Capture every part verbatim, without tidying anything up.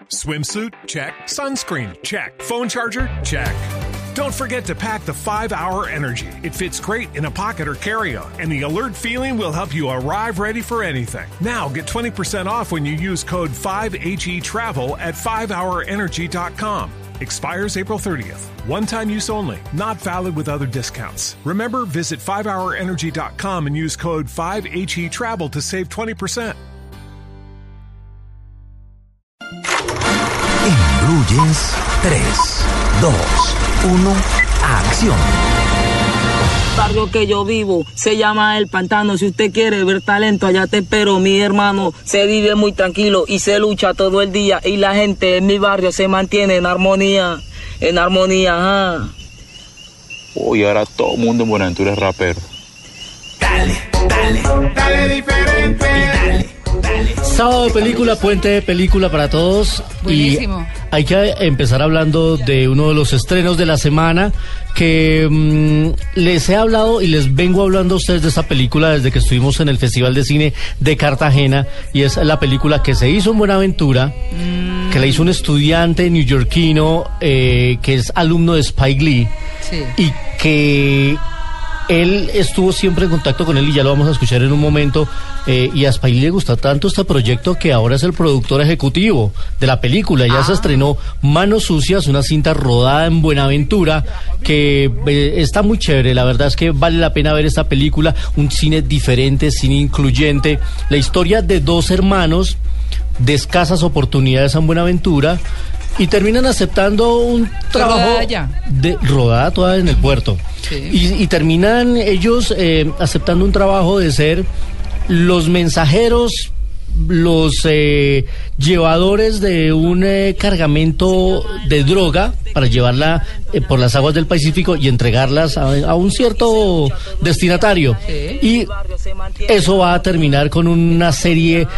Swimsuit? Check. Sunscreen? Check. Phone charger? Check. Don't forget to pack the five hour Energy. It fits great in a pocket or carry-on, and the alert feeling will help you arrive ready for anything. Now get twenty percent off when you use code five H E travel at five hour energy dot com. Expires April thirtieth. One-time use only. Not valid with other discounts. Remember, visit five hour energy dot com and use code five H E travel to save twenty percent. En Blue Jeans, tres, dos, uno, acción. El barrio que yo vivo se llama El Pantano. Si usted quiere ver talento, allá te espero, mi hermano. Se vive muy tranquilo y se lucha todo el día. Y la gente en mi barrio se mantiene en armonía. En armonía, ajá. Uy, ahora todo el mundo en Buenaventura es rapero. Dale, dale, dale diferente. Dale, dale. Sábado de película, puente de película para todos. Buenísimo. Y hay que empezar hablando de uno de los estrenos de la semana que mmm, les he hablado y les vengo hablando a ustedes de esa película desde que estuvimos en el Festival de Cine de Cartagena, y es la película que se hizo en Buenaventura, mm. que la hizo un estudiante neoyorquino eh, que es alumno de Spike Lee, sí. y que él estuvo siempre en contacto con él, y ya lo vamos a escuchar en un momento, eh, y a Spike Lee le gusta tanto este proyecto que ahora es el productor ejecutivo de la película. Ya ah. se estrenó Manos Sucias, una cinta rodada en Buenaventura que eh, está muy chévere. La verdad es que vale la pena ver esta película, un cine diferente, cine incluyente, la historia de dos hermanos de escasas oportunidades en Buenaventura, y terminan aceptando un trabajo rodada ya. de rodada toda en el puerto. Sí. Y, y terminan ellos eh, aceptando un trabajo de ser los mensajeros, los eh, llevadores de un eh, cargamento de droga para llevarla eh, por las aguas del Pacífico y entregarlas a, a un cierto destinatario. Sí. Y eso va a terminar con una serie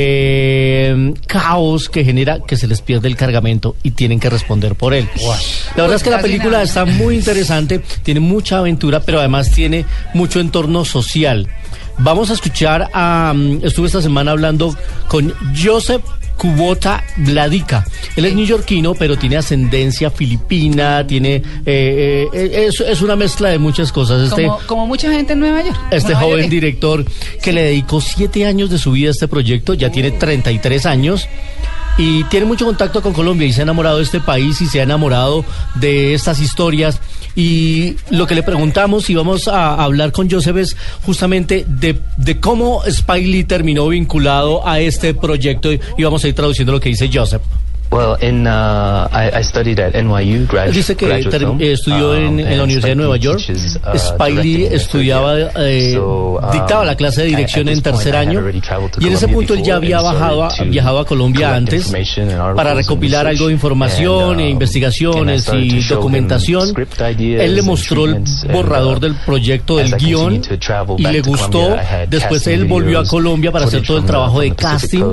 de eh, caos que genera que se les pierde el cargamento y tienen que responder por él. Wow. La verdad es que la película está muy interesante, tiene mucha aventura, pero además tiene mucho entorno social. Vamos a escuchar a... Um, estuve esta semana hablando con Joseph Kubota Gladica. Él es neoyorquino, pero tiene ascendencia filipina, tiene... Eh, eh, es, es una mezcla de muchas cosas. Este, como, como mucha gente en Nueva York. Este Nueva joven York. director que le dedicó siete años de su vida a este proyecto, ya tiene treinta y tres años. Y tiene mucho contacto con Colombia y se ha enamorado de este país y se ha enamorado de estas historias. Y lo que le preguntamos, y vamos a hablar con Joseph, es justamente de, de cómo Spike Lee terminó vinculado a este proyecto, y vamos a ir traduciendo lo que dice Joseph. Well, in, uh, I, I studied at N Y U, grad, Dice que graduate ter, film, estudió en, um, en la Universidad de Nueva York. Teaches, uh, Spike Lee estudiaba, eh, so, um, dictaba la clase de dirección en tercer año, y en ese punto él ya había bajado, viajado a Colombia antes para recopilar algo de información, and, uh, e investigaciones y documentación. Él le mostró el borrador del proyecto, del guión, y le gustó. Después él volvió a Colombia para hacer todo el trabajo de casting,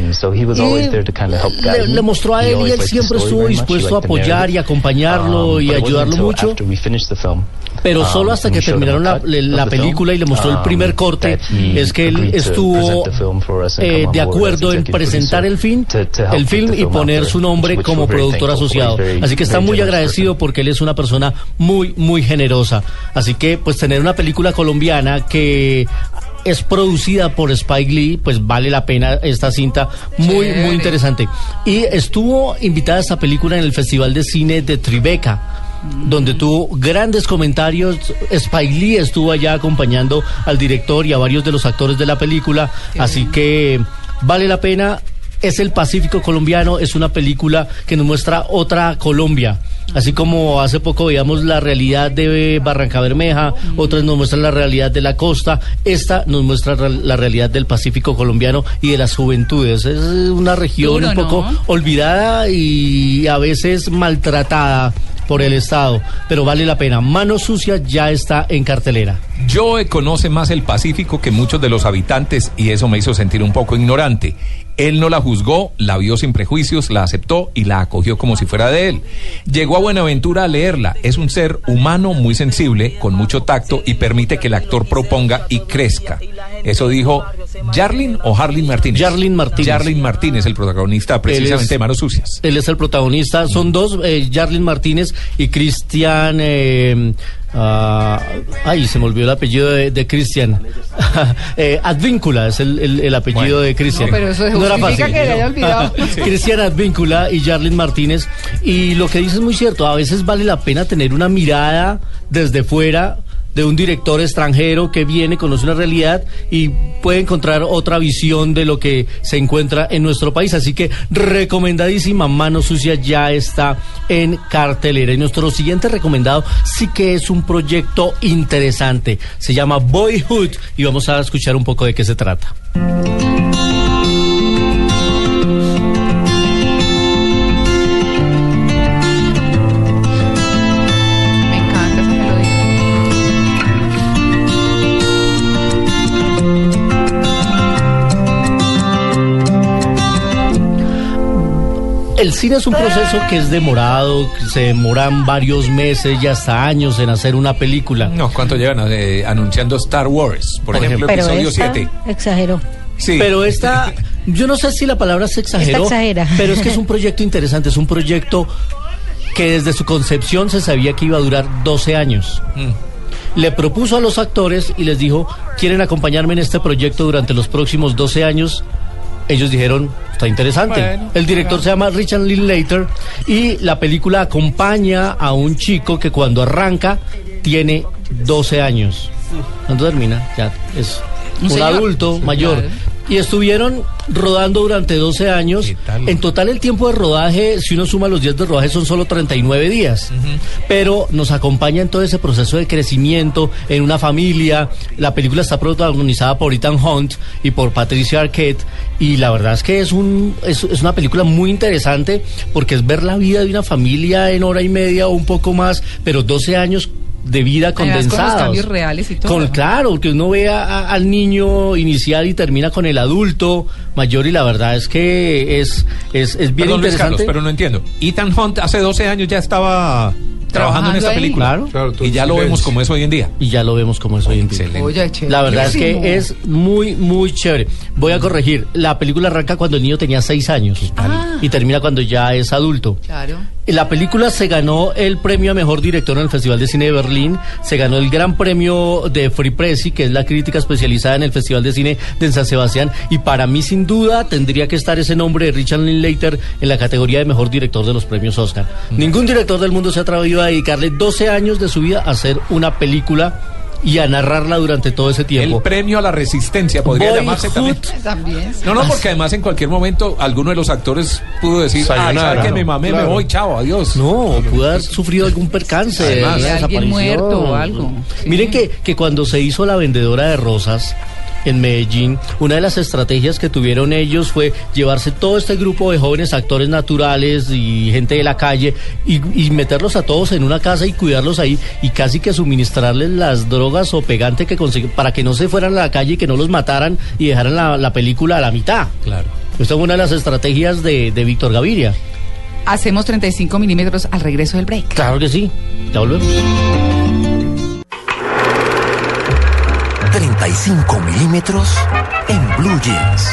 y le, le mostró a él, y él siempre estuvo dispuesto a apoyar y acompañarlo y ayudarlo mucho, pero solo hasta que terminaron la, la película y le mostró el primer corte es que él estuvo eh, de acuerdo en presentar el film, el film y poner su nombre como productor asociado. Así que está muy agradecido porque él es una persona muy, muy generosa. Así que pues tener una película colombiana que es producida por Spike Lee, pues vale la pena esta cinta, muy, sí. muy interesante. Y estuvo invitada a esta película en el Festival de Cine de Tribeca, mm. donde tuvo grandes comentarios. Spike Lee estuvo allá acompañando al director y a varios de los actores de la película, sí. así que vale la pena. Es el Pacífico colombiano, es una película que nos muestra otra Colombia. Así como hace poco veíamos la realidad de Barranca Bermeja, mm. otras nos muestran la realidad de la costa, esta nos muestra la realidad del Pacífico colombiano y de las juventudes. Es una región Duro, un poco ¿no? olvidada y a veces maltratada por el Estado, pero vale la pena. Manos Sucias ya está en cartelera. Joe conoce más el Pacífico que muchos de los habitantes y eso me hizo sentir un poco ignorante. Él no la juzgó, la vio sin prejuicios, la aceptó y la acogió como si fuera de él. Llegó a Buenaventura a leerla. Es un ser humano muy sensible, con mucho tacto y permite que el actor proponga y crezca. Eso dijo ¿Jarlin o Harlin Martínez? Jarlin Martínez. Jarlin Martínez, el protagonista precisamente es, de Manos Sucias. Él es el protagonista. Son dos, eh, Jarlin Martínez y Cristian... Eh, Uh, ay, se me olvidó el apellido de, de Cristian. eh, Advíncula es el, el, el apellido bueno, de Cristian. No, pero eso no era fácil. Que le haya olvidado. Sí. Cristian Advíncula y Jarlin Martínez. Y lo que dice es muy cierto. A veces vale la pena tener una mirada desde fuera de un director extranjero que viene, conoce una realidad y puede encontrar otra visión de lo que se encuentra en nuestro país. Así que recomendadísima, Manos Sucias ya está en cartelera. Y nuestro siguiente recomendado sí que es un proyecto interesante. Se llama Boyhood y vamos a escuchar un poco de qué se trata. El cine es un proceso que es demorado, se demoran varios meses y hasta años en hacer una película. No, ¿cuánto llevan eh, anunciando Star Wars? Por, por ejemplo, ejemplo, episodio siete. Exageró. Sí. Pero esta, yo no sé si la palabra se exageró, pero es que es un proyecto interesante, es un proyecto que desde su concepción se sabía que iba a durar doce años. Mm. Le propuso a los actores y les dijo, ¿quieren acompañarme en este proyecto durante los próximos doce años? Ellos dijeron, está interesante. Bueno, el director se llama Richard Linklater y la película acompaña a un chico que cuando arranca tiene doce años. Cuando termina, ya es un, un adulto mayor. Claro. Y estuvieron rodando durante doce años. En total el tiempo de rodaje, si uno suma los días de rodaje, son solo treinta y nueve días. Uh-huh. Pero nos acompaña en todo ese proceso de crecimiento en una familia. La película está protagonizada por Ethan Hunt y por Patricia Arquette. Y la verdad es que es, un, es, es una película muy interesante porque es ver la vida de una familia en hora y media o un poco más, pero doce años de vida condensados. Con los cambios reales y todo. Con, claro, que uno ve a, a, al niño inicial y termina con el adulto mayor y la verdad es que es, es, es bien Perdón, interesante. Luis Carlos, pero no entiendo. Ethan Hunt hace doce años ya estaba trabajando, trabajando en esta ahí. película. Claro. claro y ya lo vemos como es hoy en día. Y ya lo vemos como es hoy en día. Excelente. Oye, la verdad es que es muy, muy chévere. Voy a corregir. La película arranca cuando el niño tenía seis años ah. y termina cuando ya es adulto. Claro. La película se ganó el premio a Mejor Director en el Festival de Cine de Berlín, se ganó el Gran Premio de Free Press, que es la crítica especializada en el Festival de Cine de San Sebastián, y para mí sin duda tendría que estar ese nombre de Richard Linklater en la categoría de Mejor Director de los premios Oscar. Mm. Ningún director del mundo se ha atrevido a dedicarle doce años de su vida a hacer una película y a narrarla durante todo ese tiempo. El premio a la resistencia podría Boyhood. llamarse también. también. No, no, porque además en cualquier momento alguno de los actores pudo decir, ay, ¿sabes que me mamé, claro. me voy, chao, adiós? No, pudo haber sufrido algún percance. Además, de alguien muerto o algo. Sí. Miren que, que cuando se hizo La Vendedora de Rosas en Medellín, una de las estrategias que tuvieron ellos fue llevarse todo este grupo de jóvenes actores naturales y gente de la calle y, y meterlos a todos en una casa y cuidarlos ahí y casi que suministrarles las drogas o pegante que consiguen para que no se fueran a la calle y que no los mataran y dejaran la, la película a la mitad. Claro. Esta es una de las estrategias de, de Víctor Gaviria. Hacemos treinta y cinco milímetros al regreso del break. Claro que sí. Ya volvemos. treinta y cinco milímetros en Blue Jeans.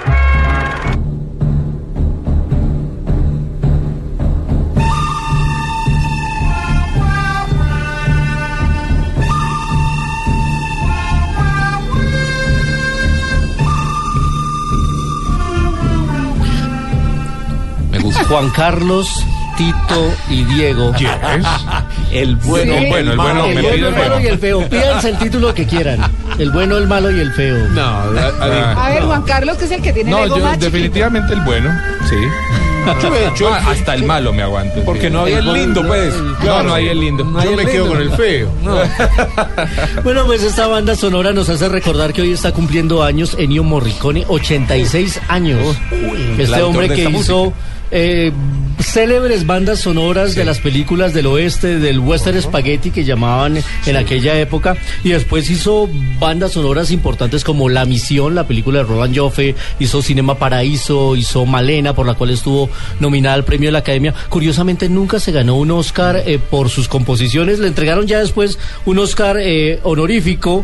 Me gusta. Juan Carlos, Tito y Diego. Yes. El bueno, sí, bueno, el bueno, el me bueno, pido el malo y el feo. Pídanse el título que quieran. El bueno, el malo y el feo. No, a, a, a ver, Juan Carlos, que es el que tiene no, el ego yo más definitivamente chiquito. el bueno, sí. Yo, yo, no, hasta el malo me aguanto. Porque no había el, el lindo, pues. El, claro, no, no hay el lindo. No yo hay me el quedo lindo. con el feo. No. Bueno, pues esta banda sonora nos hace recordar que hoy está cumpliendo años Ennio Morricone, ochenta y seis años. Uy, este hombre que hizo eh, célebres bandas sonoras sí. de las películas del oeste, del western spaghetti que llamaban en sí. aquella época, y después hizo bandas sonoras importantes como La Misión, la película de Roland Joffe, hizo Cinema Paraíso, hizo Malena, por la cual estuvo nominada al premio de la Academia. Curiosamente nunca se ganó un Oscar eh, por sus composiciones, le entregaron ya después un Oscar eh, honorífico,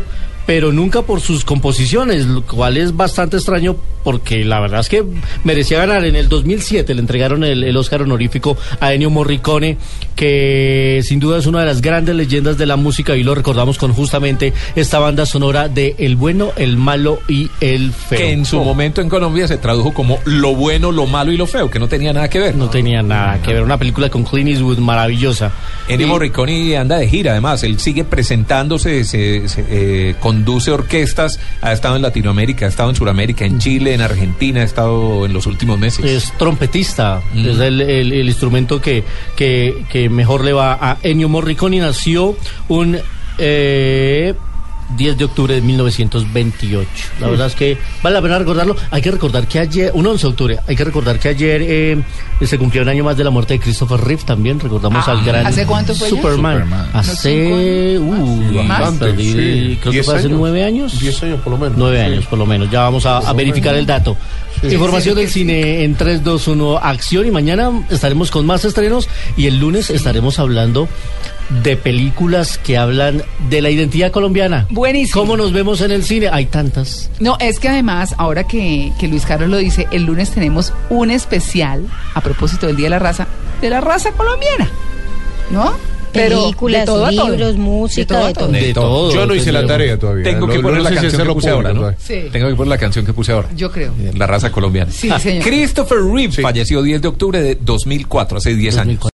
pero nunca por sus composiciones, lo cual es bastante extraño porque la verdad es que merecía ganar. En el dos mil siete le entregaron el, el Oscar honorífico a Ennio Morricone, que sin duda es una de las grandes leyendas de la música, y lo recordamos con justamente esta banda sonora de El bueno, el malo y el feo. Que en su oh. momento en Colombia se tradujo como Lo bueno, lo malo y lo feo, que no tenía nada que ver. No tenía nada que ver, una película con Clint Eastwood maravillosa. Ennio y... Morricone anda de gira, además, él sigue presentándose, se, se eh, conduce orquestas, ha estado en Latinoamérica, ha estado en Sudamérica, en Chile, en Argentina, ha estado en los últimos meses. Es trompetista, mm. es el, el, el instrumento que, que, que mejor le va a Ennio Morricone. Nació un eh, diez de octubre de mil novecientos veintiocho. La sí. verdad es que vale la pena recordarlo. Hay que recordar que ayer, un once de octubre, hay que recordar que ayer eh, se cumplió un año más de la muerte de Christopher Reeve también. Recordamos ah, al gran ¿hace cuánto fue Superman. Superman. Hace, uh, bastante. Sí. Creo que fue hace nueve años. Diez años por lo menos. Nueve sí. años por lo menos. Ya vamos a, a verificar el dato. Sí. Información del cine en tres, dos, uno, acción. Y mañana estaremos con más estrenos y el lunes estaremos hablando de películas que hablan de la identidad colombiana. Buenísimo. ¿Cómo nos vemos en el cine? Hay tantas. No, es que además, ahora que, que Luis Carlos lo dice, el lunes tenemos un especial a propósito del Día de la Raza, de la raza colombiana, ¿no? Pero películas, de todo a todo. libros, música, de todo. De todo. De todo. Yo no hice la tarea todavía. Tengo que lo, poner lo la no sé canción si que puse ahora, ¿no? Sí. Tengo que poner la canción que puse ahora. Yo creo. La raza colombiana. Sí, señor. Christopher Reeve sí. falleció diez de octubre de dos mil cuatro, hace diez años.